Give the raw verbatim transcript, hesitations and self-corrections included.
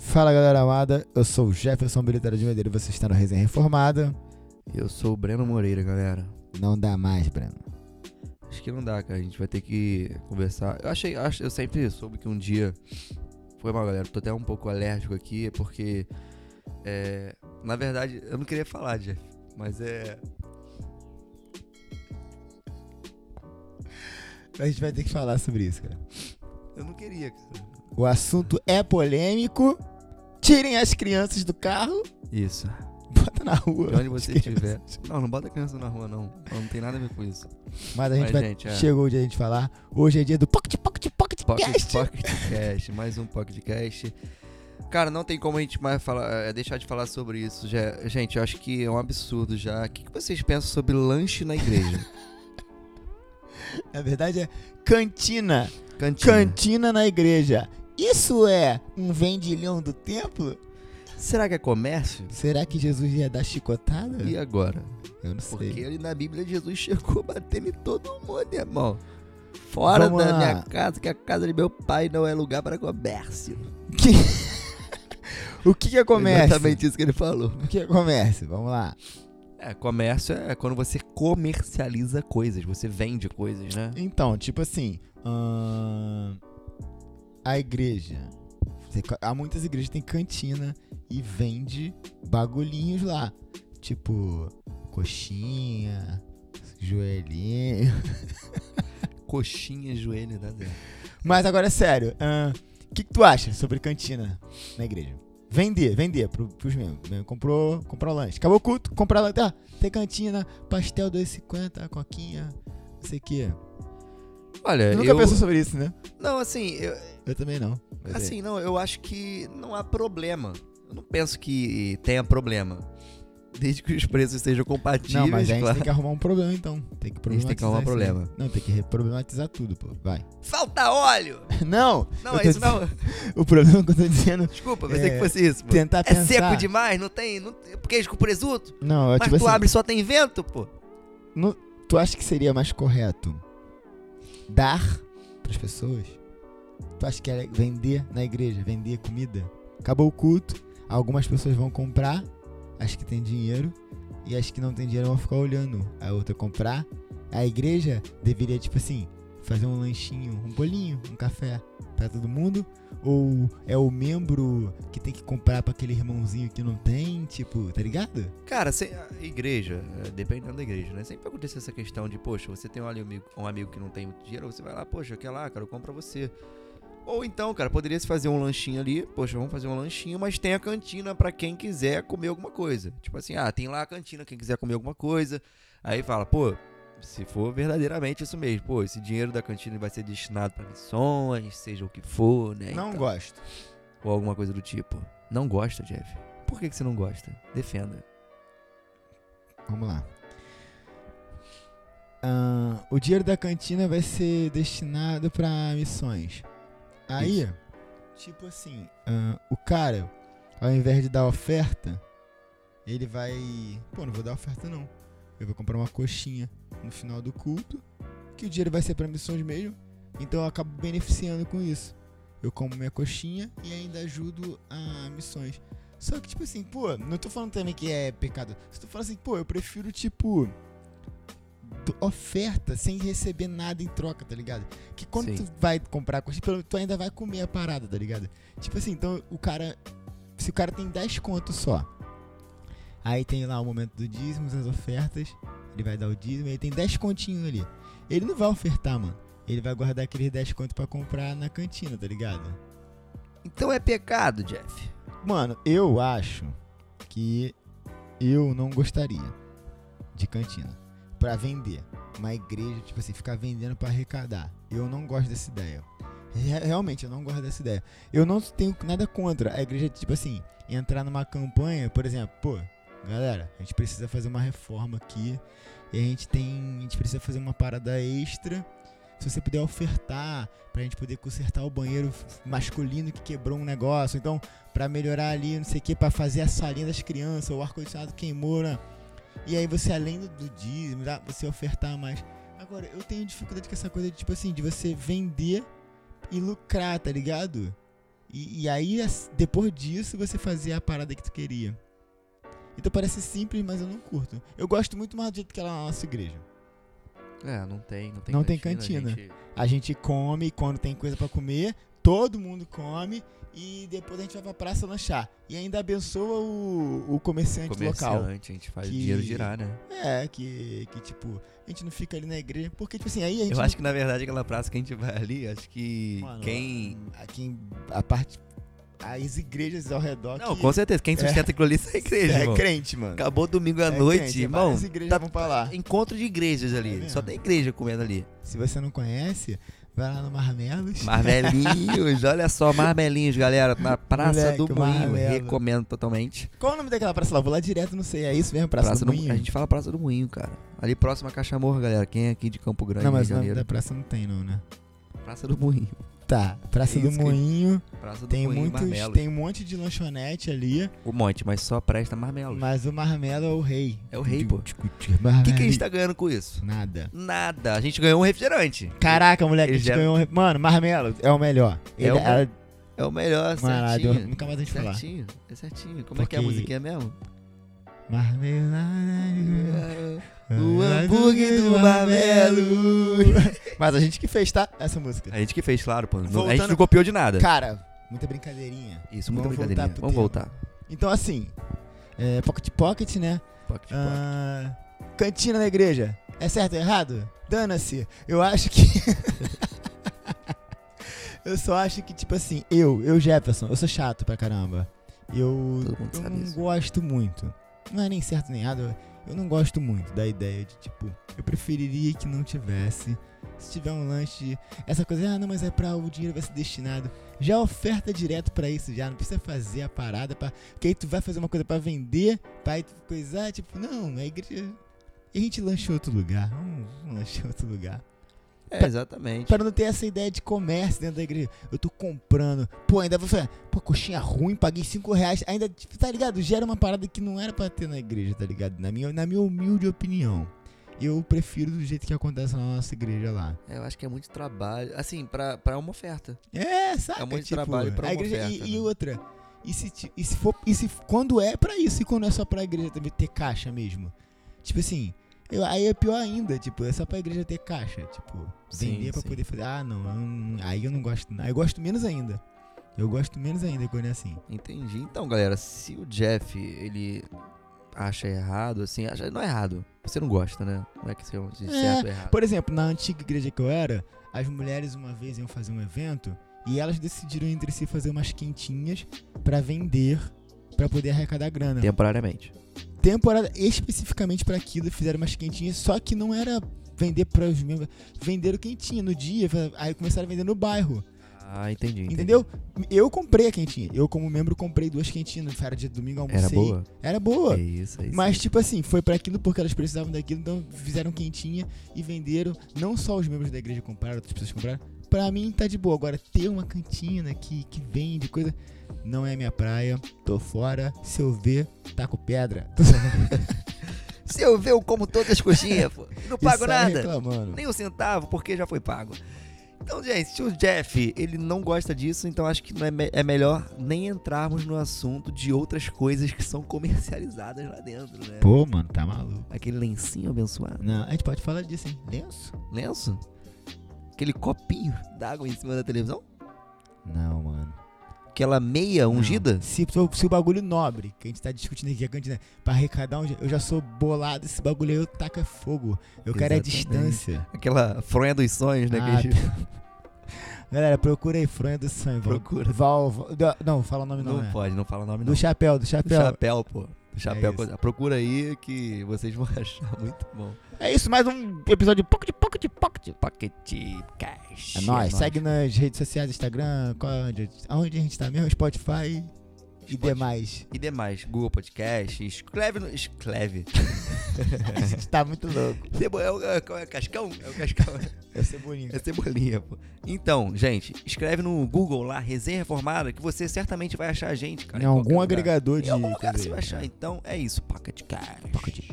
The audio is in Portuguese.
Fala, galera amada, eu sou o Jefferson Biliteiro de Medeiros e você está no Resenha Reformada. Eu sou o Breno Moreira, galera. Não dá mais, Breno. Acho que não dá, cara. A gente vai ter que conversar. Eu achei, acho, eu sempre soube que um dia... Foi mal, galera. Tô até um pouco alérgico aqui, porque... É... Na verdade, eu não queria falar, Jeff. Mas é... A gente vai ter que falar sobre isso, cara. Eu não queria, cara. O assunto é polêmico. Tirem as crianças do carro. Isso. Bota na rua. De onde você estiver. Não, não bota a criança na rua, não. Não, não tem nada a ver com isso. Mas a gente Mas, vai... gente, é. Chegou o dia de a gente falar. Hoje é dia do Pocket, Pocket, Pocket, Pocket, Cast. Pocket Cast. Mais um Pocket Cast. Cara, não tem como a gente mais falar, é, deixar de falar sobre isso. Já, gente, eu acho que é um absurdo já. O que, que vocês pensam sobre lanche na igreja? Na verdade é cantina. Cantina. Cantina na igreja. Isso é um vendilhão do templo? Será que é comércio? Será que Jesus ia dar chicotada? E agora? Eu não sei. Porque ali na Bíblia Jesus chegou batendo em todo mundo, irmão. Fora Vamos da lá. minha casa, que a casa de meu pai não é lugar para comércio. Que... O que, que é comércio? Exatamente isso que ele falou. O que é comércio? Vamos lá. É, comércio é quando você comercializa coisas, você vende coisas, né? Então, tipo assim, hum, a igreja, há muitas igrejas que tem cantina e vende bagulhinhos lá, tipo coxinha, joelhinho. Coxinha, joelho, nada. Mas agora é sério, o que, que tu acha sobre cantina na igreja? Vender, vender pro, pros membros. Comprou, comprou lanche. Acabou o culto, comprar lanche. Ah, tem cantina, pastel dois e cinquenta, coquinha, não sei o que. Olha, Nunca eu... pensou sobre isso, né? Não, assim... Eu... Eu também não. Mas Assim, é. não, eu acho que não há problema. Eu não penso que tenha problema. Desde que os preços sejam compatíveis, Não, mas a gente claro. tem que arrumar um problema, então. Tem que A gente tem problematizar que arrumar isso aí. problema. Não, tem que problematizar tudo, pô. Vai. Falta óleo! Não! Não, eu é tô isso não. dizendo- O problema que eu tô dizendo... Desculpa, pensei É, que fosse isso, pô. tentar É pensar... seco demais, não tem, não tem queijo com presunto? Não, eu, Mas tipo tu assim... abre e só tem vento, pô. não- tu acha que seria mais correto dar pras pessoas? Tu acha que é vender na igreja, vender comida? Acabou o culto, algumas pessoas vão comprar, as que tem dinheiro, e as que não tem dinheiro vão ficar olhando a outra comprar. A igreja deveria, tipo assim, fazer um lanchinho, um bolinho, um café pra todo mundo? Ou é o membro que tem que comprar pra aquele irmãozinho que não tem, tipo, tá ligado? Cara, se, a igreja, é, dependendo da igreja, né? Sempre acontece essa questão de, poxa, você tem um amigo, um amigo que não tem muito dinheiro, você vai lá, poxa, quer lá, cara, eu compro pra você. Ou então, cara, poderia se fazer um lanchinho ali, poxa, vamos fazer um lanchinho, mas tem a cantina pra quem quiser comer alguma coisa. Tipo assim, ah, tem lá a cantina, quem quiser comer alguma coisa. Aí fala, pô, se for verdadeiramente isso mesmo, pô, esse dinheiro da cantina vai ser destinado pra missões, seja o que for, né? Não Então, gosto. ou alguma coisa do tipo. Não gosta, Jeff? Por que, que você não gosta? Defenda. Vamos lá. Ah, o dinheiro da cantina vai ser destinado pra missões. Aí, Isso. tipo assim, ah, o cara, ao invés de dar oferta, ele vai... Pô, não vou dar oferta não. Eu vou comprar uma coxinha no final do culto, que o dinheiro vai ser pra missões mesmo. Então eu acabo beneficiando com isso. Eu como minha coxinha e ainda ajudo a missões. Só que, tipo assim, pô, não tô falando também que é pecado. Só tô falando assim, pô, eu prefiro, tipo... do- oferta sem receber nada em troca, tá ligado? Que quando Sim. tu vai comprar coxinha, pelo- tu ainda vai comer a parada, tá ligado? Tipo assim, então o cara... Se o cara tem dez contos só, aí tem lá o momento do dízimo, as ofertas, ele vai dar o dízimo, aí tem dez continhos ali. Ele não vai ofertar, mano. Ele vai guardar aqueles dez contos pra comprar na cantina, tá ligado? Então é pecado, Jeff. Mano, eu acho que eu não gostaria de cantina pra vender. Uma igreja, tipo assim, ficar vendendo pra arrecadar. Eu não gosto dessa ideia. Re- Realmente, eu não gosto dessa ideia. Eu não tenho nada contra a igreja, tipo assim, entrar numa campanha, por exemplo, pô, galera, a gente precisa fazer uma reforma aqui e a gente tem, a gente precisa fazer uma parada extra. Se você puder ofertar pra gente poder consertar o banheiro masculino que quebrou um negócio, então pra melhorar ali, não sei o que, pra fazer a salinha das crianças, o ar-condicionado queimou, né? E aí você, além do, do dízimo, dá- você ofertar mais. Agora, eu tenho dificuldade com essa coisa de, tipo assim, de você vender e lucrar, tá ligado? E, e aí, as- depois disso, você fazia a parada que tu queria. Então parece simples, mas eu não curto. Eu gosto muito mais do jeito que ela é na nossa igreja. É, não tem, não tem Não tem cantina. cantina. a gente- A gente come quando tem coisa pra comer, todo mundo come e depois a gente vai pra praça lanchar. E ainda abençoa o, o comerciante, local. Comerciante, a gente faz o Que- dinheiro girar, né? É, que, que tipo, a gente não fica ali na igreja. Porque, tipo assim, aí a gente. Eu acho que na verdade aquela praça que a gente vai ali, acho que Mano, quem... Aqui, a parte. As igrejas ao redor. Não, que com certeza, quem sustenta aquilo ali é a igreja, é irmão. crente, mano. Acabou domingo à É noite, crente, irmão. várias igrejas Tá vão pra lá. encontro de igrejas ali. É mesmo? Só tem igreja comendo ali. Se você não conhece, vai lá no Marmelos. Marmelinhos, olha só, Marmelinhos, galera, na Praça Moleque, do Moinho. Marmelo. Recomendo totalmente. Qual o nome daquela praça lá? Vou lá direto, não sei. É isso mesmo, Praça, Praça do do- Moinho? a gente fala Praça do Moinho, cara. Ali próximo a Caixa Morra, galera. Quem é aqui de Campo Grande, Não, Rio mas de o nome Janeiro? da praça não tem, não, né? Praça do Moinho. Tá, Praça É do isso que- Moinho. Praça do Tem, Moinho, muitos, Marmelos. tem um monte de lanchonete ali, Um monte, mas só presta Marmelos. mas o Marmelo é o rei. É o rei, pô. O que, que que a gente tá ganhando com isso? Nada. Nada. A gente ganhou um refrigerante. Caraca, moleque, a Ele gente já- ganhou um... Mano, Marmelo é o melhor. É Ele, o me- ela- É o melhor, Mano, certinho. eu nunca mais a gente falar. Certinho, é certinho. Como é que é a Porque- musiquinha mesmo? Marmelo... O hambúrguer do Marmelo. Mas a gente que fez, tá? Essa música. A gente que fez, claro, pô. Não- A Voltando- gente não copiou de nada. Cara, muita brincadeirinha. Isso, muita Vamos brincadeirinha. voltar pro Vamos tema. voltar. Então, assim, é, Pocket Pocket, né? Pocket, pocket. Ah, cantina na igreja. É certo ou errado? Dana-se. Eu acho que... eu só acho que, tipo assim, eu, eu Jefferson, eu sou chato pra caramba. Eu, Todo mundo eu sabe não isso. gosto muito. Não é nem certo nem errado. Eu não gosto muito da ideia de, tipo, eu preferiria que não tivesse. Se tiver um lanche, essa coisa, ah, não, mas é pra o dinheiro vai ser destinado. Já oferta direto pra isso, já não precisa fazer a parada pra. Porque aí tu vai fazer uma coisa pra vender, pra aí tu coisar, tipo, não, a igreja. E a gente lancha em outro lugar. Vamos, vamos lanchar em outro lugar. É, exatamente. Pra não ter essa ideia de comércio dentro da igreja. Eu tô comprando. Pô, ainda vou falar, pô, coxinha ruim, paguei cinco reais. Ainda, tipo, tá ligado? Gera uma parada que não era pra ter na igreja, tá ligado? Na minha, na minha humilde opinião. Eu prefiro do jeito que acontece na nossa igreja lá. É, eu acho que é muito trabalho. Assim, pra, pra uma oferta. É, sabe? É muito trabalho pra a uma igreja, oferta, e, e né? outra, e se, ti- e se for, e se quando é pra isso, e quando é só pra igreja também ter caixa mesmo? Tipo assim, eu, aí é pior ainda, tipo, é só pra igreja ter caixa, tipo, Sim, vender pra sim. poder fazer, ah não, eu não- aí eu não gosto, não. Eu gosto menos ainda, eu gosto menos ainda quando é assim. Entendi. Então, galera, se o Jeff, ele acha errado, assim, acha, não é errado. Você não gosta, né? Não é que seja de É, certo ou errado. Por exemplo, na antiga igreja que eu era, as mulheres uma vez iam fazer um evento e elas decidiram entre si fazer umas quentinhas pra vender, pra poder arrecadar grana. Temporariamente. Temporada especificamente pra aquilo, fizeram umas quentinhas, só que não era vender para os membros, venderam quentinha no dia, aí começaram a vender no bairro. Ah, entendi. entendi. Entendeu? Eu comprei a quentinha. Eu, como membro, comprei duas quentinhas no Feira de Domingo, almocei. Era boa? Era boa. É isso, é isso. Mas, tipo assim, foi pra aquilo porque elas precisavam daquilo, então fizeram quentinha e venderam. Não só os membros da igreja compraram, outras pessoas compraram. Pra mim tá de boa. Agora, ter uma cantina que, que vende coisa, não é minha praia. Tô fora. Se eu ver, taco pedra. Se eu ver, eu como todas as coxinhas, pô. Não E pago sai nada. reclamando. Nem um centavo, porque já foi pago. Então, gente, se o Jeff, ele não gosta disso, então acho que não é, me- é melhor nem entrarmos no assunto de outras coisas que são comercializadas lá dentro, né? Pô, mano, tá maluco. Aquele lencinho abençoado. Não, a gente pode falar disso, hein? Lenço? Lenço? Aquele copinho d'água em cima da televisão? Não, mano. Aquela meia ungida? Não. Se, se o bagulho nobre, que a gente tá discutindo aqui, a cantina, pra arrecadar um. Eu já sou bolado, esse bagulho aí eu taca fogo. Eu quero é Exatamente. distância. Aquela fronha dos sonhos, né? Ah, que a gente... Galera, procura aí, Fronha do Sonho. Val- Procura. Val, Val- da- não, fala o nome não, Não né? pode, não fala o nome Do não. chapéu, do Do chapéu. chapéu, pô. Do chapéu. isso. Procura aí que vocês vão achar muito bom. É isso, mais um episódio de Pocket, Pocket, Pocket. Pocket Cash. É nóis, segue nas redes sociais, Instagram, qual- onde, aonde a gente tá mesmo, Spotify e Spotify. demais. E demais, Google Podcast, escreve no... Escreve. A gente tá muito louco. Cebo... É o é, qual é? Cascão? É o Cascão. É cebolinha. É Cebolinha, pô. Então, gente, escreve no Google lá, Resenha Reformada, que você certamente vai achar a gente, cara. Em qualquer algum lugar. agregador de Em algum lugar T V, você vai achar. é. Então, é isso. Pocket Cash. Pocket